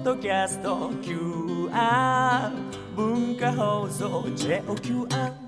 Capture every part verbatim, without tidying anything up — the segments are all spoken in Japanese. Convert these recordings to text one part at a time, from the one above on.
ッドキャスト キューアール 文化放送 ジェイオーキューアール。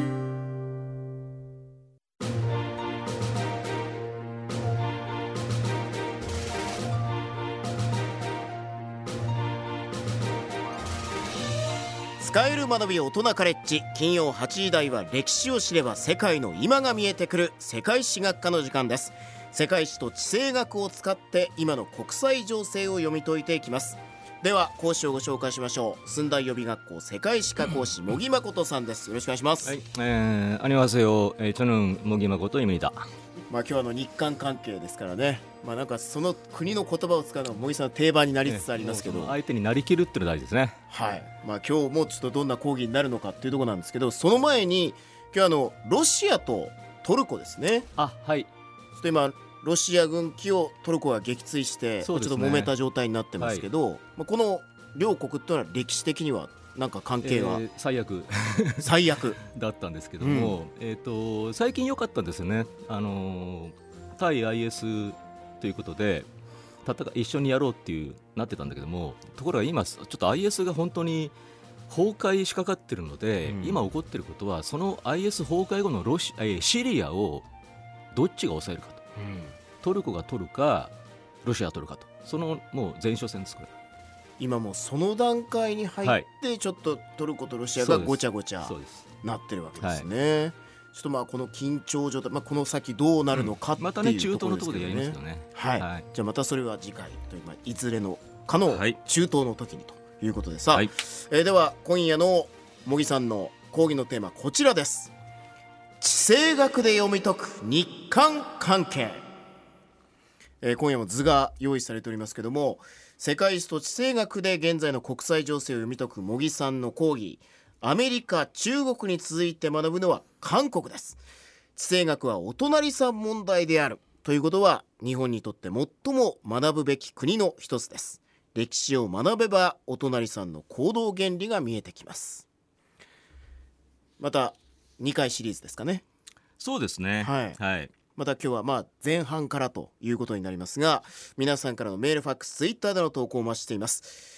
使える学び大人カレッジ、金曜はちじ台は歴史を知れば世界の今が見えてくる世界史学科の時間です。世界史と地政学を使って今の国際情勢を読み解いていきます。では講師をご紹介しましょう。駿台予備学校世界史科講師茂木誠さんです。よろしくお願いします。 はい、えー、안녕하세요。えー、저는茂木誠입니다。 まあ、今日はあの日韓関係ですからね、まあ、なんかその国の言葉を使うのは茂木さんの定番になりつつありますけど、 ね、相手になりきるっていうのが大事ですね。 はい、まあ、今日もちょっとどんな講義になるのかっていうところなんですけど、その前に今日はあのロシアとトルコですね。 あ、はい。 ちょっと今ロシア軍機をトルコが撃墜して、ね、ちょっと揉めた状態になってますけど、はい、まあ、この両国というのは歴史的にはなんか関係は、 えー、最悪最悪だったんですけども、うん、えー、と最近良かったんですよね。あのー、対 アイエス ということで戦一緒にやろうっていうなってたんだけども、ところが今ちょっと アイエス が本当に崩壊しかかってるので、うん、今起こってることはその アイエス 崩壊後のロシ、えー、シリアをどっちが抑えるかと、うん、トルコが取るかロシアが取るかと、そのもう前哨戦ですこれ。 今もうその段階に入ってちょっとトルコとロシアがごちゃごちゃなってるわけですね。はい、ちょっとまあこの緊張状態、まあ、この先どうなるのかっていうところですけどね。 またね中東のところでやりますよね。 はい、はい、じゃあまたそれは次回という、まあ、いずれのかの中東の時にということでさ、はい、えー、では今夜の茂木さんの講義のテーマこちらです。地政学で読み解く日韓関係。えー、今夜も図が用意されておりますけども、世界史と地政学で現在の国際情勢を読み解く茂木さんの講義、アメリカ中国に続いて学ぶのは韓国です。地政学はお隣さん問題であるということは日本にとって最も学ぶべき国の一つです。歴史を学べばお隣さんの行動原理が見えてきます。またにかいシリーズですかね。 そうですね。はい、はい、 また今日はまあ前半からということになりますが、皆さんからのメールファックスツイッターでの投稿をお待ちしています。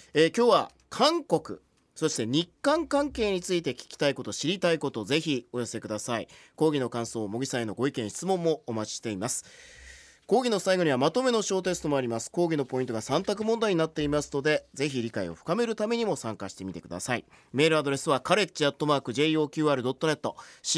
えー、今日は韓国そして日韓関係について聞きたいこと知りたいことぜひお寄せください。講義の感想、茂木さんへのご意見質問もお待ちしています。講義の最後にはまとめの小テストもあります。講義のポイントがさん択問題になっていますので、ぜひ理解を深めるためにも参加してみてください。メールアドレスはカレッジアットマーク ジェイオーキューアールドットネット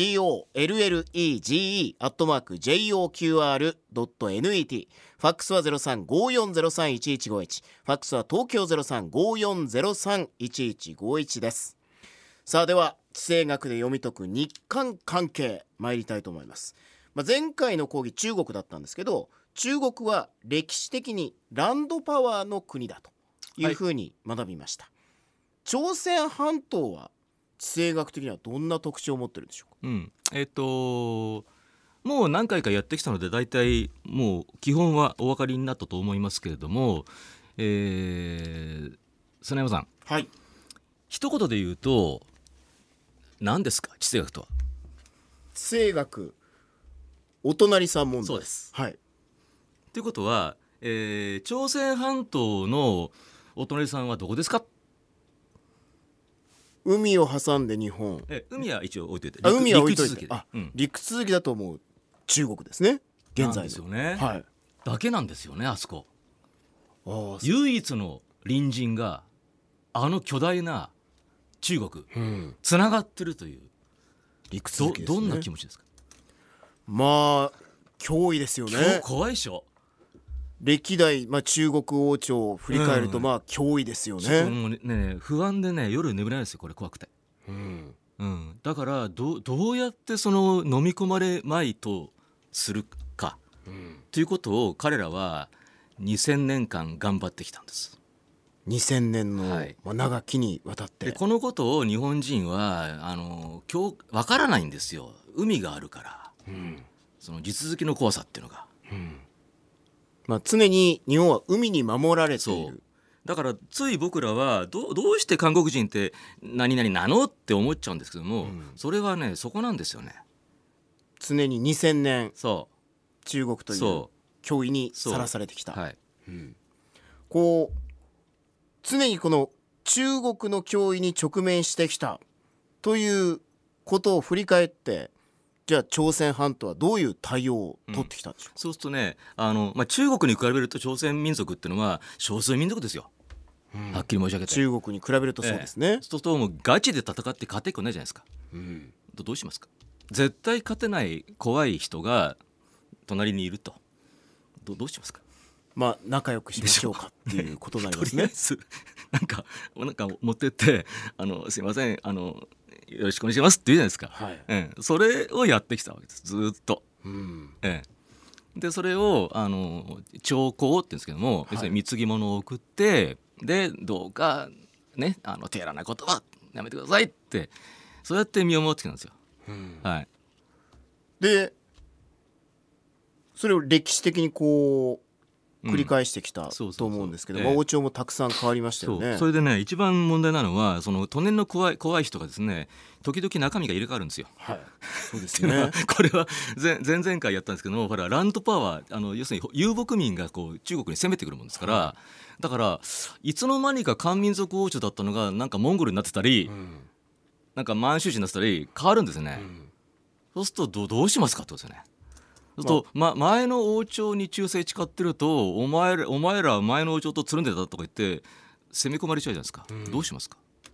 コールレッジ アットマーク ジェイオーキューアールドットネット ファックスは ゼロさん ごーよんゼロさん いちいちごいち、ファックスは東京 ゼロさん ごーよんゼロさん いちいちごいちです。さあでは地政学で読み解く日韓関係参りたいと思います。まあ、前回の講義中国だったんですけど、中国は歴史的にランドパワーの国だというふうに学びました。はい、朝鮮半島は地政学的にはどんな特徴を持ってるんでしょうか。 うん、えっともう何回かやってきたので大体もう基本はお分かりになったと思いますけれども、えー、曽根山さん、 はい、 一言で言うと何ですか地政学とは。 地政学お隣さん問題。 そうです、 はい。 ということは、えー、朝鮮半島のお隣さんはどこですか。 海を挟んで日本。 え海は一応置いといて、 あ海は置いといて、 陸続きで、 あ、うん、陸続きだと思う中国ですね現在の。 なんですよね、 はい、 だけなんですよねあそこ。 あ唯一の隣人があの巨大な中国、うん、つながってるという陸続きですね。 ど, どんな気持ちですか。 まあ脅威ですよね。 怖いでしょ歴代、まあ、中国王朝を振り返ると、まあ脅威ですよね。 ちょっともう ね, ね不安でね夜眠れないですよこれ怖くて、 うんうん、だからど どうやってその飲み込まれまいとするか、うん、ということを彼らはにせんねんかん頑張ってきたんです。 にせんねんの、 はいまあ、長きにわたって。 でこのことを日本人はあの今日分からないんですよ。海があるから、うん、その地続きの怖さっていうのが、うん、 まあ、常に日本は海に守られている。 だからつい僕らは ど, どうして韓国人って何々なのって思っちゃうんですけども、うん、それはねそこなんですよね。 常ににせんねんそう中国という脅威にさらされてきた、 はい、 うん、こう常にこの中国の脅威に直面してきたということを振り返って、じゃあ朝鮮半島はどういう対応を取ってきたんでしょうか。 うん、そうするとね、あの、まあ、中国に比べると朝鮮民族っていうのは少数民族ですよ、うん、はっきり申し上げて。 中国に比べるとそうですね、えー、そうするともうガチで戦って勝てっこないじゃないですか、うん、どうしますか。絶対勝てない怖い人が隣にいると ど, どうしますか。 まあ仲良くしましょうかっていうことになりますね。 とりあえずなんかなんか持ってってあのすいませんあのよろしくお願いしますって言うじゃないですか、はい、ええ、それをやってきたわけですずっと、うんええ、でそれをあの朝貢って言うんですけども、要するに貢ぎ物を送ってでどうかねあの手やらないことはやめてくださいってそうやって身を守ってきたんですよ、うんはい、 でそれを歴史的にこう繰り返してきたと思うんですけど、王朝もたくさん変わりましたよね。 そ, それでね一番問題なのはその隣の怖い怖い人がですね時々中身が入れ替わるんですよ、はい、そうですねこれは前前々回やったんですけどもほらランドパワーあの要するに遊牧民がこう中国に攻めてくるもんですから、はい、だからいつの間にか漢民族王朝だったのがなんかモンゴルになってたり、うん、なんか満州人になってたり変わるんですよね、うん、そうすると ど, どうしますかってことですよね。とま、前の王朝に忠誠誓ってるとお前ら、お前ら前の王朝とつるんでたとか言って攻め込まれちゃうじゃないですか、うん、どうしますか。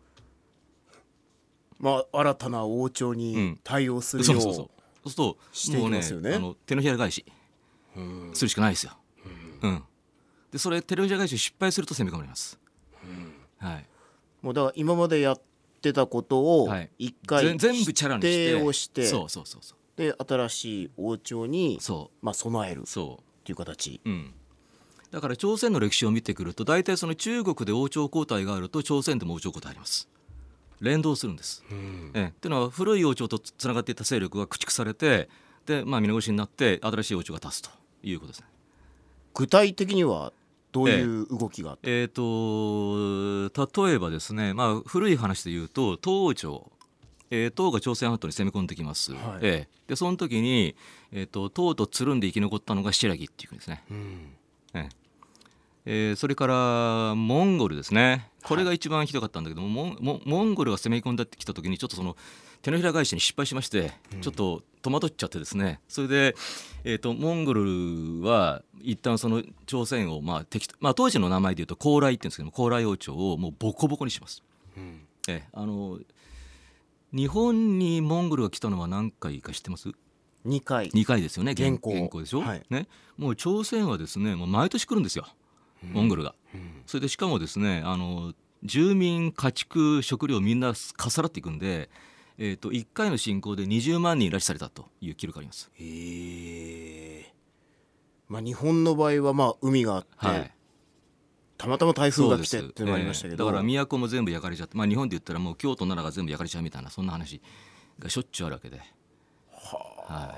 まあ新たな王朝に対応するよう、うん、そうそうそうそうするともうね、 あの手のひら返しするしかないですよ、うんうん、でそれ手のひら返し失敗すると攻め込まれます、うんはい、 もうだから今までやってたことを一回、はい、 全部チャラにして否定をしてそうそうそうそうで新しい王朝にまあ、備えるっていう形、 うん、だから朝鮮の歴史を見てくると大体その中国で王朝交代があると朝鮮でも王朝交代あります。連動するんです、うん、えっていうのは古い王朝とつながっていた勢力が駆逐されてで、まあ、見直しになって新しい王朝が立つということですね。 具体的にはどういう動きがあった、 えーえー、と例えばですね、まあ、古い話で言うと東朝えー、唐が朝鮮半島に攻め込んできます、はいえー、でその時に、えー、と唐とつるんで生き残ったのが新羅っていう国ですね、うんえーえー、それからモンゴルですね。これが一番ひどかったんだけども、はい、モ, モンゴルが攻め込んできた時にちょっとその手のひら返しに失敗しまして、うん、ちょっと戸惑っちゃってですねそれで、えー、とモンゴルは一旦その朝鮮を、まあ敵まあ、当時の名前でいうと高麗って言うんですけども高麗王朝をもうボコボコにします、うんえー、あの日本にモンゴルが来たのは何回か知ってます？ にかいにかいですよね。 現行現行でしょ、はいね、もう朝鮮はですねもう毎年来るんですよ、うん、モンゴルが、うん、それでしかもですねあの住民家畜食料みんなかさらっていくんで、えー、といっかいの侵攻でにじゅうまんにん拉致されたという記録があります。 へー、まあ、日本の場合はまあ海があって、はいたまたま台風が来てっていうのがありましたけど、 えー、だから都も全部焼かれちゃって、まあ、日本で言ったらもう京都奈良が全部焼かれちゃうみたいなそんな話がしょっちゅうあるわけで、 はあはい、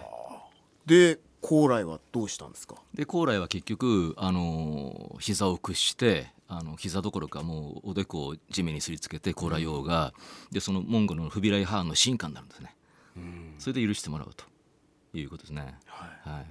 で高麗はどうしたんですか。 で高麗は結局、あのー、膝を屈してあの膝どころかもうおでこを地面にすりつけて高麗王が、うん、でそのモンゴルのフビライハーンの臣下になるんですね、うん、それで許してもらうということですね、はいはい、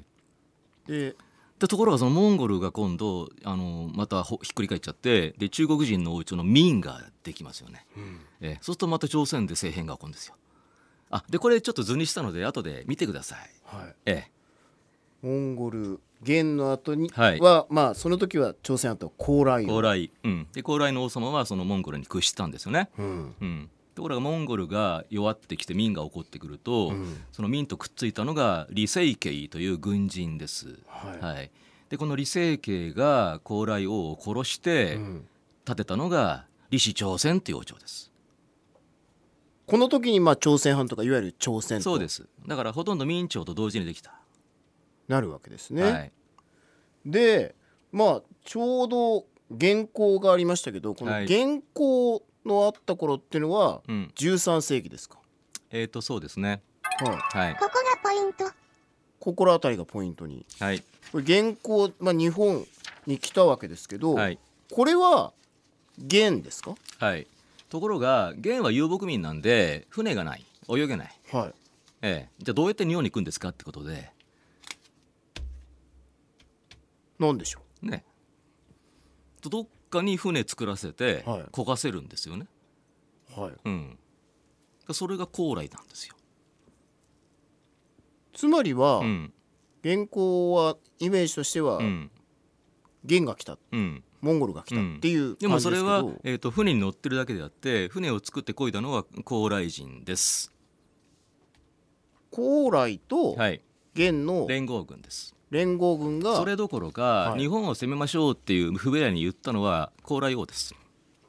ででところがそのモンゴルが今度あのまたひっくり返っちゃってで中国人の王朝の明ができますよね、うんえそうするとまた朝鮮で政変が起こるんですよ。あでこれちょっと図にしたので後で見てください、はいえモンゴル元の後には、はい、まあその時は朝鮮半島高麗高麗、うん、で高麗の王様はそのモンゴルに屈したんですよね、うんうん、ところがモンゴルが弱ってきて明が起こってくると、うん、その明とくっついたのが李成桂という軍人です、はいはい、でこの李成桂が高麗王を殺して建てたのが李氏朝鮮という王朝です。 この時にまあ朝鮮半島がいわゆる朝鮮とそうです。だからほとんど明朝と同時にできたなるわけですね、はい、でまあちょうど元寇がありましたけどこの元寇のあった頃っていうのはじゅうさんせいきですか、 うん、えっ、ー、とそうですね、 はいはい、ここがポイントここらあたりがポイントに、 はい、 これ元寇、まあ、日本に来たわけですけど、はい、これは元ですか。 はいところが元は遊牧民なんで船がない泳げない、はいええ、じゃあどうやって日本に行くんですかってことでなんでしょうねどっかに船作らせて漕がせるんですよね、 はい、 うん、それが高麗なんですよ。 つまりは、 うん、 元寇はイメージとしては、うん、元が来た、 うん、 モンゴルが来たっていう感じですけど、 でもそれは、えーと、船に乗ってるだけであって船を作って漕いだのは高麗人です。 高麗と元の連合軍です。 連合軍がそれどころか、はい、日本を攻めましょうっていう不部屋に言ったのは高麗王です、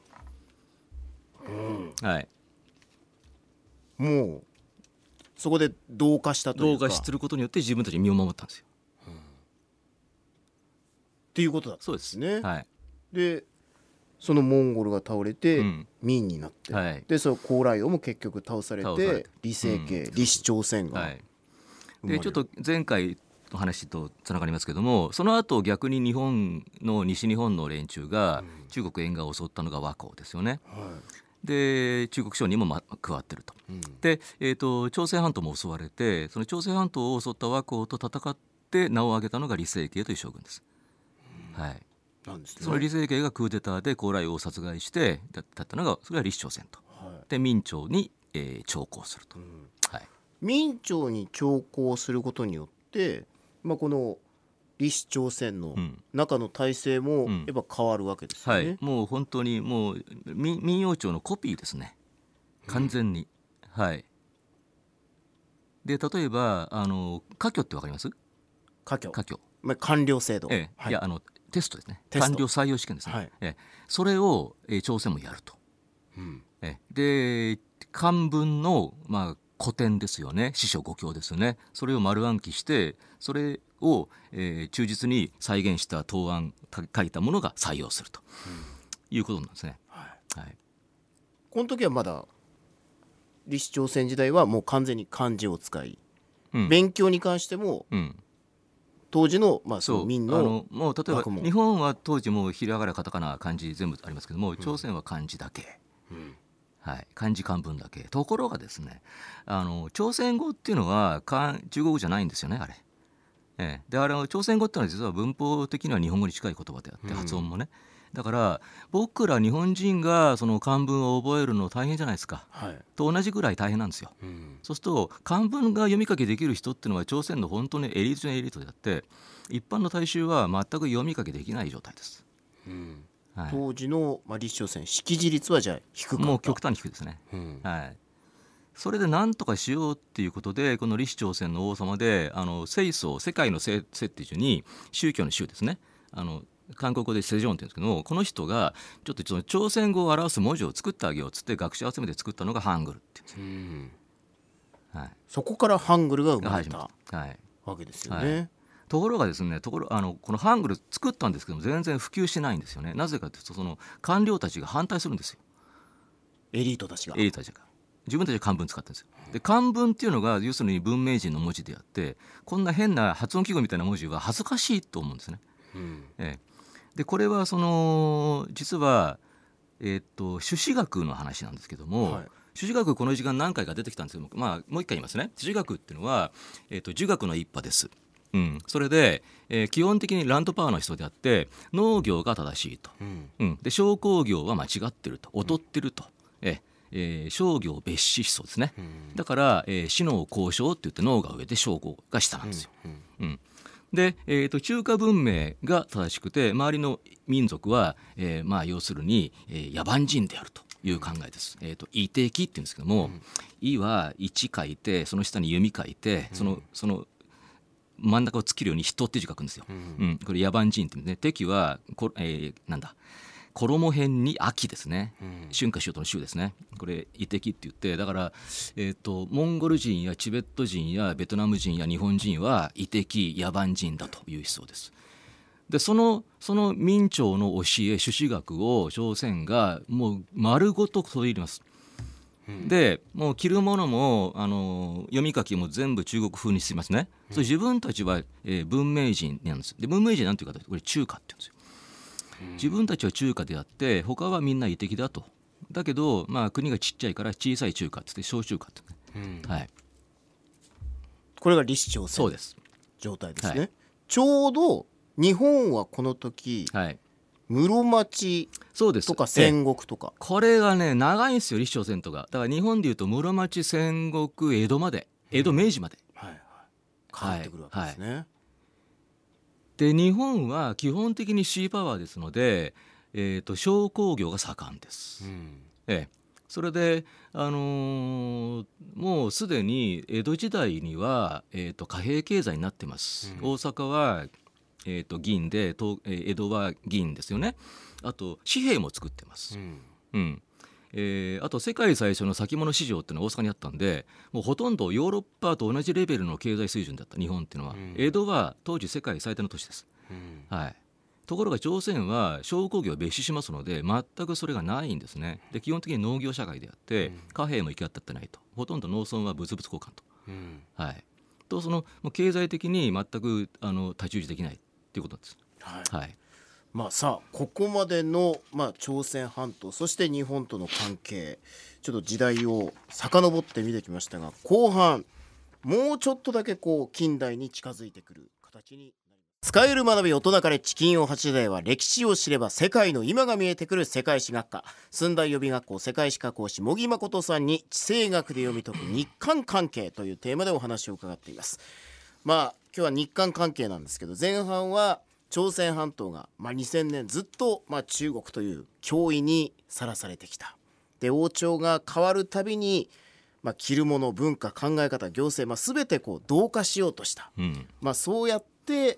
うん、はい、 もうそこで同化したというか同化することによって自分たちに身を守ったんですよ、うん、 っていうことだったんですね。 そうです、はい、 でそのモンゴルが倒れて、うん、明になって、はい、でその高麗王も結局倒されて李成桂、うん、李氏朝鮮が、はい、 でちょっと前回の話とつながりますけども、その後逆に日本の西日本の連中が中国沿岸を襲ったのが倭寇ですよね、はい、で中国商人も、ま、加わってると、うん、で、えーと、朝鮮半島も襲われてその朝鮮半島を襲った倭寇と戦って名を挙げたのが李成桂という将軍です、うん、はい、なんですね、その李成桂がクーデターで高麗王を殺害してだったのがそれが李氏朝鮮と、はい、で明朝に、えー、朝貢すると、うん、はい、 明朝に朝貢することによってまあ、この李氏朝鮮の中の体制もやっぱ変わるわけですよね、うんうん、はい、 もう本当にもう明王朝のコピーですね完全に、うん、はい。で例えばあの科挙ってわかります？ 科挙、 科挙、 まあ、官僚制度、 ええ、はい、いやあのテストですね、官僚採用試験ですね、はい、ええ、それを、えー、朝鮮もやると、うん、ええ、で漢文のまあ古典ですよね、四書五経ですよね、それを丸暗記してそれを、えー、忠実に再現した答案書いたものが採用すると、うん、いうことなんですね、はいはい、 この時はまだ李氏朝鮮時代はもう完全に漢字を使い、うん、勉強に関しても、うん、当時の、まあ、そう明のあのもう例えば日本は当時もうひらがなカタカナ漢字全部ありますけども、朝鮮は漢字だけ、うんはい、漢字漢文だけ。ところがですね、あの朝鮮語っていうのは中国語じゃないんですよねあれ、ええ、であれ朝鮮語っていうのは実は文法的には日本語に近い言葉であって、うん、発音もね、だから僕ら日本人がその漢文を覚えるの大変じゃないですか、はい、と同じぐらい大変なんですよ、うん、そうすると漢文が読み書きできる人っていうのは朝鮮の本当にエリート中のエリートであって一般の大衆は全く読み書きできない状態です、 うんはい、当時の、まあ、李氏朝鮮識字率はじゃあ低かった、 もう極端に低いですね、うんはい、それで何とかしようっていうことでこの李氏朝鮮の王様であの世宗世界の世っていう順に宗教の宗ですね、あの韓国語でセジョンって言うんですけど、この人がちょっとその朝鮮語を表す文字を作ってあげようっつって学者を集めて作ったのがハングルって言うんですよ、はい、 そこからハングルが生まれた、はい、わけですよね、はい、 ところがですねところあのこのハングル作ったんですけども全然普及しないんですよね。なぜかというとその官僚たちが反対するんですよ。 エリートたちがエリートたちが自分たちが漢文使ってるんですよ。で漢文っていうのが要するに文明人の文字であってこんな変な発音記号みたいな文字は恥ずかしいと思うんですね、うんええ、でこれはその実は、えー、っと朱子学の話なんですけども、はい、朱子学この時間何回か出てきたんですけども、まあ、もう一回言いますね。朱子学っていうのは、えー、っと儒学の一派です。うん、それで、えー、基本的にランドパワーの人であって農業が正しいと、うんうん、で商工業は間違ってると劣ってると、ええー、商業別子思想ですね、うん、だから、えー、士農工商って言って農が上で商工が下なんですよ、うんうんうんで、えー、と中華文明が正しくて周りの民族は、えーまあ、要するに、えー、野蛮人であるという考えです。えー、と異敵って言うんですけども、うん、異は一書いてその下に弓書いて、うん、そのその真ん中を突けるように人って字書くんですよ、うんうん、これ野蛮人って言うんですね。敵はこ、えー、なんだ衣辺に秋ですね、うん、春夏秋冬の秋ですね。これ異敵って言ってだから、えー、とモンゴル人やチベット人やベトナム人や日本人は異敵野蛮人だという思想です。でそのその明朝の教え朱子学を朝鮮がもう丸ごと取り入れます、うん、でもう着るものもあの読み書きも全部中国風にしますね、うん、それ自分たちは、えー、文明人なんです。で文明人なんていうかこれ中華って言うんですよ。自分たちは中華であって他はみんな異敵だと。だけど、まあ、国がちっちゃいから小さい中華って言って小中華って、ねうんはい、 これが李氏朝鮮状態ですね、はい、ちょうど日本はこの時、はい、 室町とか戦国とか、 これがね長いんですよ、立朝遷都が。だから日本でいうと室町、戦国、江戸まで、江戸、明治まで、 うん、はいはい、変わってくるわけですね、はいはい。 で日本は基本的にシーパワーですので、えー、と商工業が盛んです、うん、ええ、それで、あのー、もうすでに江戸時代には、えー、と貨幣経済になってます、うん、大阪は、えー、と銀で、東江戸は銀ですよね。あと紙幣も作ってます、うんうん、えー、あと世界最初の先物市場っていうのは大阪にあったんで、もうほとんどヨーロッパと同じレベルの経済水準だった日本っていうのは、うん、江戸は当時世界最大の都市です、うん、はい。ところが朝鮮は商工業を別紙しますので全くそれがないんですね。で基本的に農業社会であって、うん、貨幣も行き渡ってないと、ほとんど農村は物々交換と、うん、はい、とそのもう経済的に全くあの太刀打ちできないということなんです、はいはい。 まあ、さあここまでの、まあ、朝鮮半島そして日本との関係、ちょっと時代を遡って見てきましたが、後半もうちょっとだけこう近代に近づいてくる形になります。使える学び大人かれチキンをはちだいは、歴史を知れば世界の今が見えてくる世界史学科、駿台予備学校世界史科講師茂木誠さんに地政学で読み解く日韓関係というテーマでお話を伺っています。まあ今日は日韓関係なんですけど、前半は朝鮮半島が、まあ、にせんねんずっと、まあ、中国という脅威にさらされてきた。で王朝が変わるたびに、まあ、着るもの、文化、考え方、行政、まあ、全てこう同化しようとした、うん、まあ、そうやって、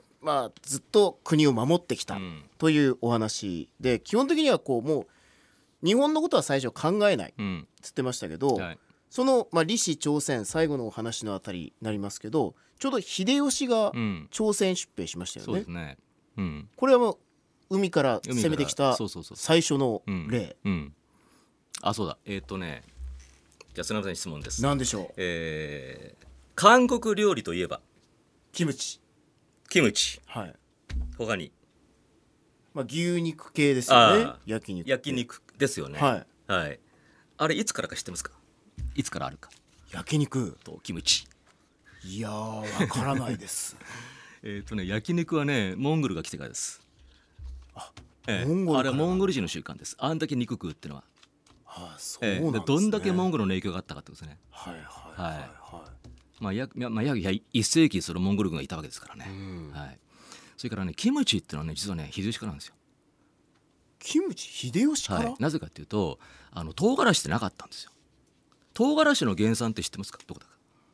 まあ、ずっと国を守ってきたというお話で、基本的にはこうもう日本のことは最初考えないっつってましたけど、うんはい、その、まあ、李氏朝鮮最後のお話のあたりになりますけど、ちょうど秀吉が朝鮮出兵しましたよね、うん、そうですね、うん、これはもう海から攻めてきた最初の例。 あ、そうだ、えー、っとねじゃあ砂山さんに質問です。 何でしょう。 えー、韓国料理といえばキムチ。 キムチ、 はい、 他に、 まあ、牛肉系ですよね。焼肉焼肉ですよね、はいはい、あれいつからか知ってますか。いつからあるか。 焼肉とキムチ、 いやーわからないですえっとね焼肉はねモンゴルが来てからです。 あ、 ええ、 モンゴルから。 あれはモンゴル人の習慣です。あんだけ肉食うってのは。 ああ、そうなんですね、 ええ、どんだけモンゴルの影響があったかってことですね。 はいはいはいはい、はい、 まあ、約まあ、約いっせいきそのモンゴル軍がいたわけですからね、うんはい、それからねキムチっていうのはね実はね秀吉からなんですよ。 キムチ秀吉から、 はい、なぜかっていうとあの唐辛子ってなかったんですよ。唐辛子の原産って知ってますか。どこだか。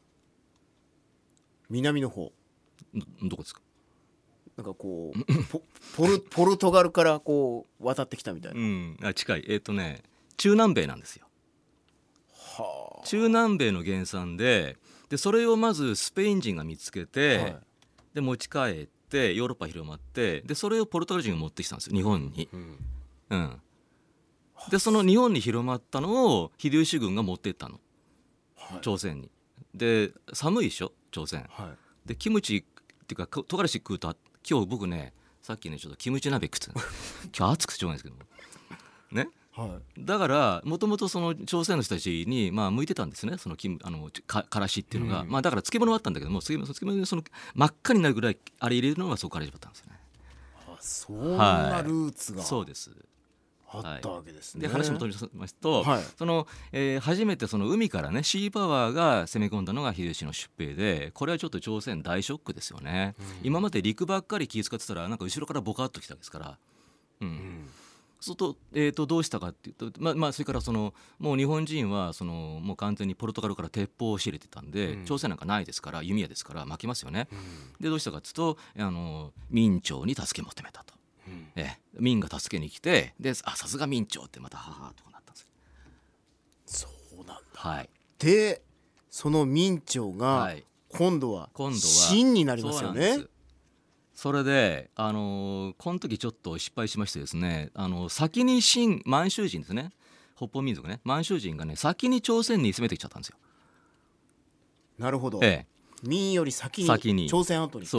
南の方。 ど, どこですか。 なんかこうポ, ポ, ルポルトガルからこう渡ってきたみたいな、 うん、あ近い。えっ、ー、とね中南米なんですよ。はあ、中南米の原産ででそれをまずスペイン人が見つけて、はい、で持ち帰ってヨーロッパ広まって、でそれをポルトガル人が持ってきたんですよ日本に、うんうん、でその日本に広まったのを秀吉軍が持っていったの、はい、朝鮮に。で寒いでしょ朝鮮、はい、でキムチっていうか唐辛子食うと、今日僕ねさっきねちょっとキムチ鍋食ってた今日暑くてしょうがないですけどね、はい、だからもともとその朝鮮の人たちにまあ向いてたんですね、そのキムあのかからしっていうのが、うん、まあだから漬物はあったんだけども、漬物でその真っ赤になるぐらいあれ入れるのがそこから始まったんですよね。 あ、そんなルーツが、 はい、そうですあったわけですね。 で話戻りますと、はい、そのえー、初めてその海からねシーパワーが攻め込んだのが秀吉の出兵で、これはちょっと朝鮮大ショックですよね、うん、今まで陸ばっかり気遣ってたらなんか後ろからボカッときたわけですから、うんうん、そうと、えー、とどうしたかっていうと、まあまあ、それからそのもう日本人はそのもう完全にポルトガルから鉄砲を仕入れてたんで、うん、朝鮮なんかないですから弓矢ですから負けますよね、うん、でどうしたかっていうとあの明朝に助け求めたと、うん、え明が助けに来て、であさすが明朝ってまたははとなったんですよ。 そうなんだ、 はい、 でその明朝が今度は清になりますよね。そうなんです。 それで、あのー、この時ちょっと失敗しましてですね、あのー、先に清満州人ですね、北方民族ね、満州人がね先に朝鮮に攻めてきちゃったんですよ。 なるほど、 ええ、 明より先に朝鮮半島に。 そ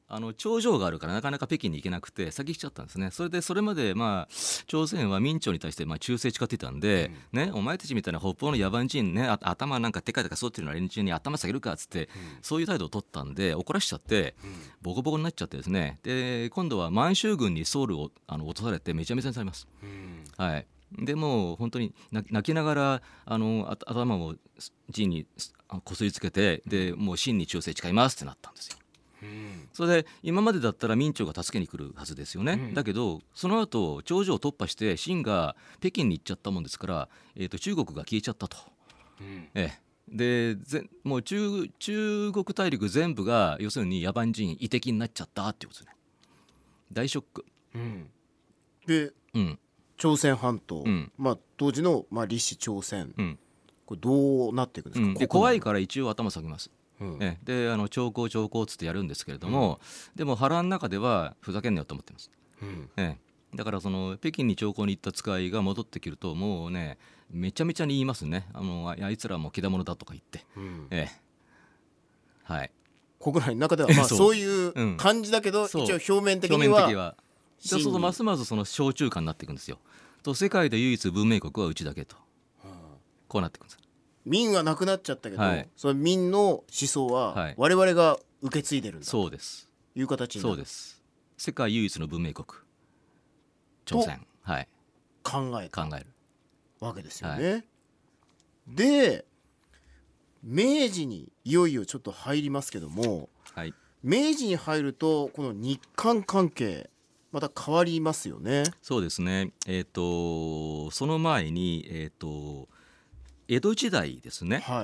あの頂上があるからなかなか北京に行けなくて先来ちゃったんですね。それでそれまでまあ朝鮮は明朝に対してまあ忠誠誓っていたんで、うん、ね、お前たちみたいな北方の野蛮人ね、頭なんかテカテカ反ってるような連中に頭下げるかっつって、うん、そういう態度を取ったんで怒らしちゃって、うん、ボコボコになっちゃってですね、で今度は満州軍にソウルをあの落とされてめちゃめちゃにされます、うん、はい。でもう本当に泣きながらあの頭を地にこすりつけて、でもう真に忠誠誓いますってなったんですよ。うん、それで今までだったら明朝が助けに来るはずですよね、うん、だけどその後頂上を突破して清が北京に行っちゃったもんですから、えー、と中国が消えちゃったと、うん、ええ、でぜもう 中, 中国大陸全部が要するに野蛮人遺敵になっちゃったっていうことですね。大ショック、うん、 で、うん、朝鮮半島、うん、まあ、当時の、まあ、李氏朝鮮、うん、これどうなっていくんですか、うん、 で怖いから一応頭下げます、うん、えであの長江長江つってやるんですけれども、うん、でも腹の中ではふざけんなよと思ってます、うん、えだからその北京に長江に行った使いが戻ってくるともうねめちゃめちゃに言いますね。あの あ, あいつらも怪物だとか言って、うん、えはい、 国内の中ではまあそういう感じだけど、うん、一応表面的には表面的はそうするとますますその小中華になっていくんですよ。と世界で唯一文明国はうちだけと、はあ、こうなっていくんです。 民はなくなっちゃったけど、はい、その民の思想は我々が受け継いでるんだ、はい、そうですいう形になる。 そうです。世界唯一の文明国朝鮮、はい、 考えた考えるわけですよね、はい、で明治にいよいよちょっと入りますけども、はい、明治に入るとこの日韓関係また変わりますよね。 そうですね、えー、とその前に、えー、と江戸時代ですね、はい、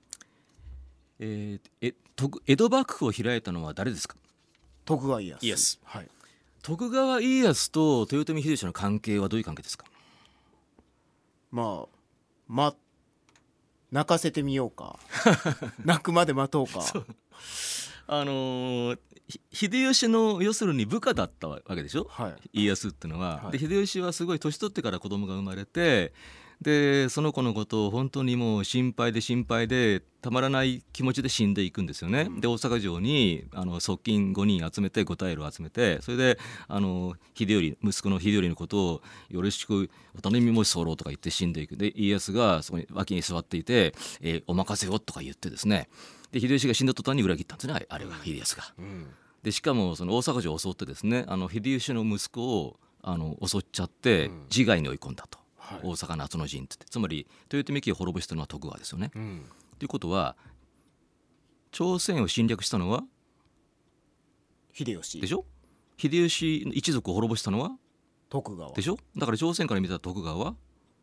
えー、え江戸幕府を開いたのは誰ですか？ 徳川家康。 イエス、はい、徳川家康と豊臣秀吉の関係はどういう関係ですか？ まあまあ泣かせてみようか泣くまで待とうかあのー、秀吉の要するに部下だったわけでしょ、はい、家康ってのは、はい、で秀吉はすごい年取ってから子供が生まれて、でその子のことを本当にもう心配で心配でたまらない気持ちで死んでいくんですよね、うん、で大阪城にあの側近ごにん集めてご大老集めて、それであの秀頼息子の秀頼のことをよろしくお頼み申し候とか言って死んでいく。で家康がそこに脇に座っていて、えー、お任せをとか言ってですね、で秀吉が死んだ途端に裏切ったんですね、あれは秀康が、うん、でしかもその大阪城を襲ってですね、あの秀吉の息子をあの襲っちゃって自害に追い込んだと、はい、大阪夏の陣ってって、つまり豊臣家を滅ぼしたのは徳川ですよね、うん、ということは朝鮮を侵略したのは秀吉でしょ。秀吉一族を滅ぼしたのは徳川でしょ。だから朝鮮から見た徳川は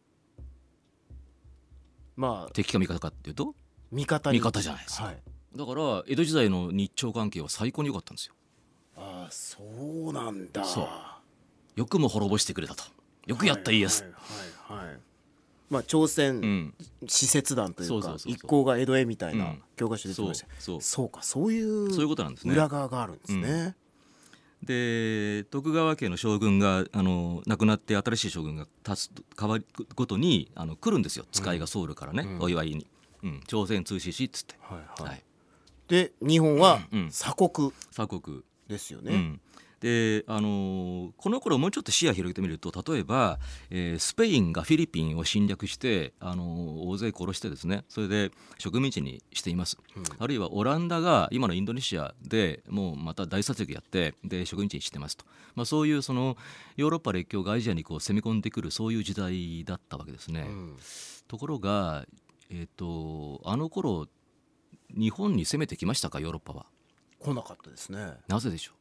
まあ敵か味方かっていうと味方味方じゃないですか、はい、だから江戸時代の日朝関係は最高に良かったんですよ。 ああそうなんだ。 そうよくも滅ぼしてくれたと、よくやった家康、はいはいはいはい、まあ、朝鮮使節団というか一行が江戸へみたいな教科書で出てました、うん、そうそうかそういうそういうことなんですね。 裏側があるんですね、 うん、で徳川家の将軍があの亡くなって新しい将軍が立つ変わるごとにあの来るんですよ、使いがソウルからね、うん、お祝いに、うん、朝鮮通使しっつって、はいはいはい、 で日本は鎖国、 鎖国ですよね、 うん、であのー、この頃もうちょっと視野広げてみると、例えば、えー、スペインがフィリピンを侵略して、あのー、大勢殺してですね、それで植民地にしています、うん、あるいはオランダが今のインドネシアでもうまた大殺戮やってで植民地にしてますと、まあ、そういうそのヨーロッパ列強がアジアにこう攻め込んでくるそういう時代だったわけですね、うん、ところが、えーと、あの頃日本に攻めてきましたか？ヨーロッパは来なかったですね。 なぜでしょう？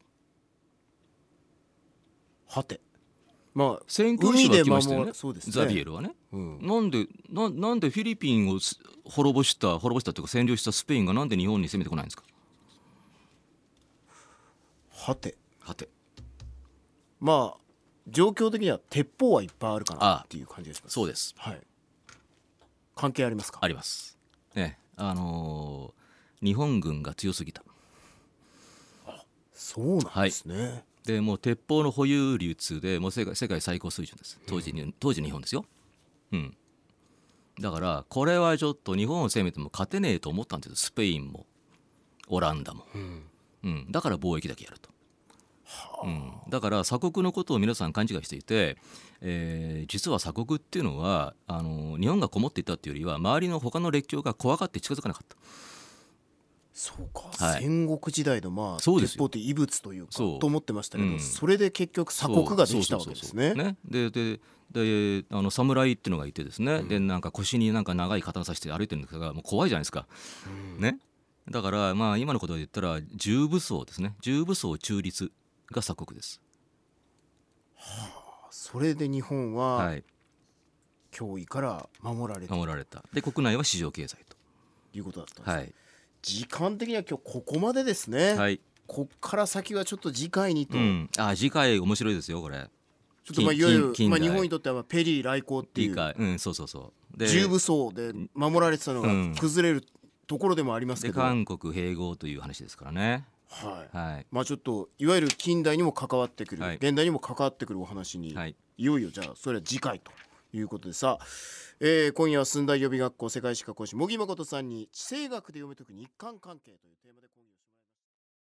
はて、まあ宣教師は来ましたよね、そうですね、ザビエルはね、 うん、 なんで な, なんでフィリピンを滅ぼした滅ぼしたというか占領したスペインがなんで日本に攻めてこないんですか？ はてはてまあ状況的には鉄砲はいっぱいあるかなっていう感じがします。 そうです、 はい、関係ありますか？ あります、ね、あのー、日本軍が強すぎた。 あ、そうなんですね、はい、 でもう鉄砲の保有流通でもう世界、世界最高水準です、当時に、うん、当時日本ですよ、うん、だからこれはちょっと日本を攻めても勝てねえと思ったんですよ、スペインもオランダも、うん、 うん、だから貿易だけやると、うん、だから鎖国のことを皆さん勘違いしていて、えー、実は鎖国っていうのはあの日本がこもっていたっていうよりは周りの他の列強が怖がって近づかなかった。 そうか、 はい、 戦国時代のまあ鉄砲って異物というかと思ってましたけど、 そ,、うん、それで結局鎖国ができたわけですね。 ででであの侍っていうのがいてですね、うん、でなんか腰になんか長い刀さして歩いてるんですがもう怖いじゃないですか、うん、ね。だからまあ今のことで言ったら重武装ですね。重武装中立が鎖国です。 はあ、それで日本は、はい、脅威から守られた守られた。で国内は市場経済ということだったんです、ね。 はい、 時間的には今日ここまでですね。はい、こっから先はちょっと次回にと、うん、 あ次回面白いですよこれ。 ちょっとまあいわゆる、まあ、日本にとってはペリー来航っていう、 うん、そうそうそうで重武装で守られてたのが崩れるところでもありますけど、 で韓国併合という話ですからね。 はい、はい、まあちょっといわゆる近代にも関わってくる、はい、現代にも関わってくるお話に、はい、いよいよじゃあそれは次回ということでさ、えー、今夜は駿台予備学校世界史科講師茂木誠さんに地政学で読み解く日韓関係というテーマで講義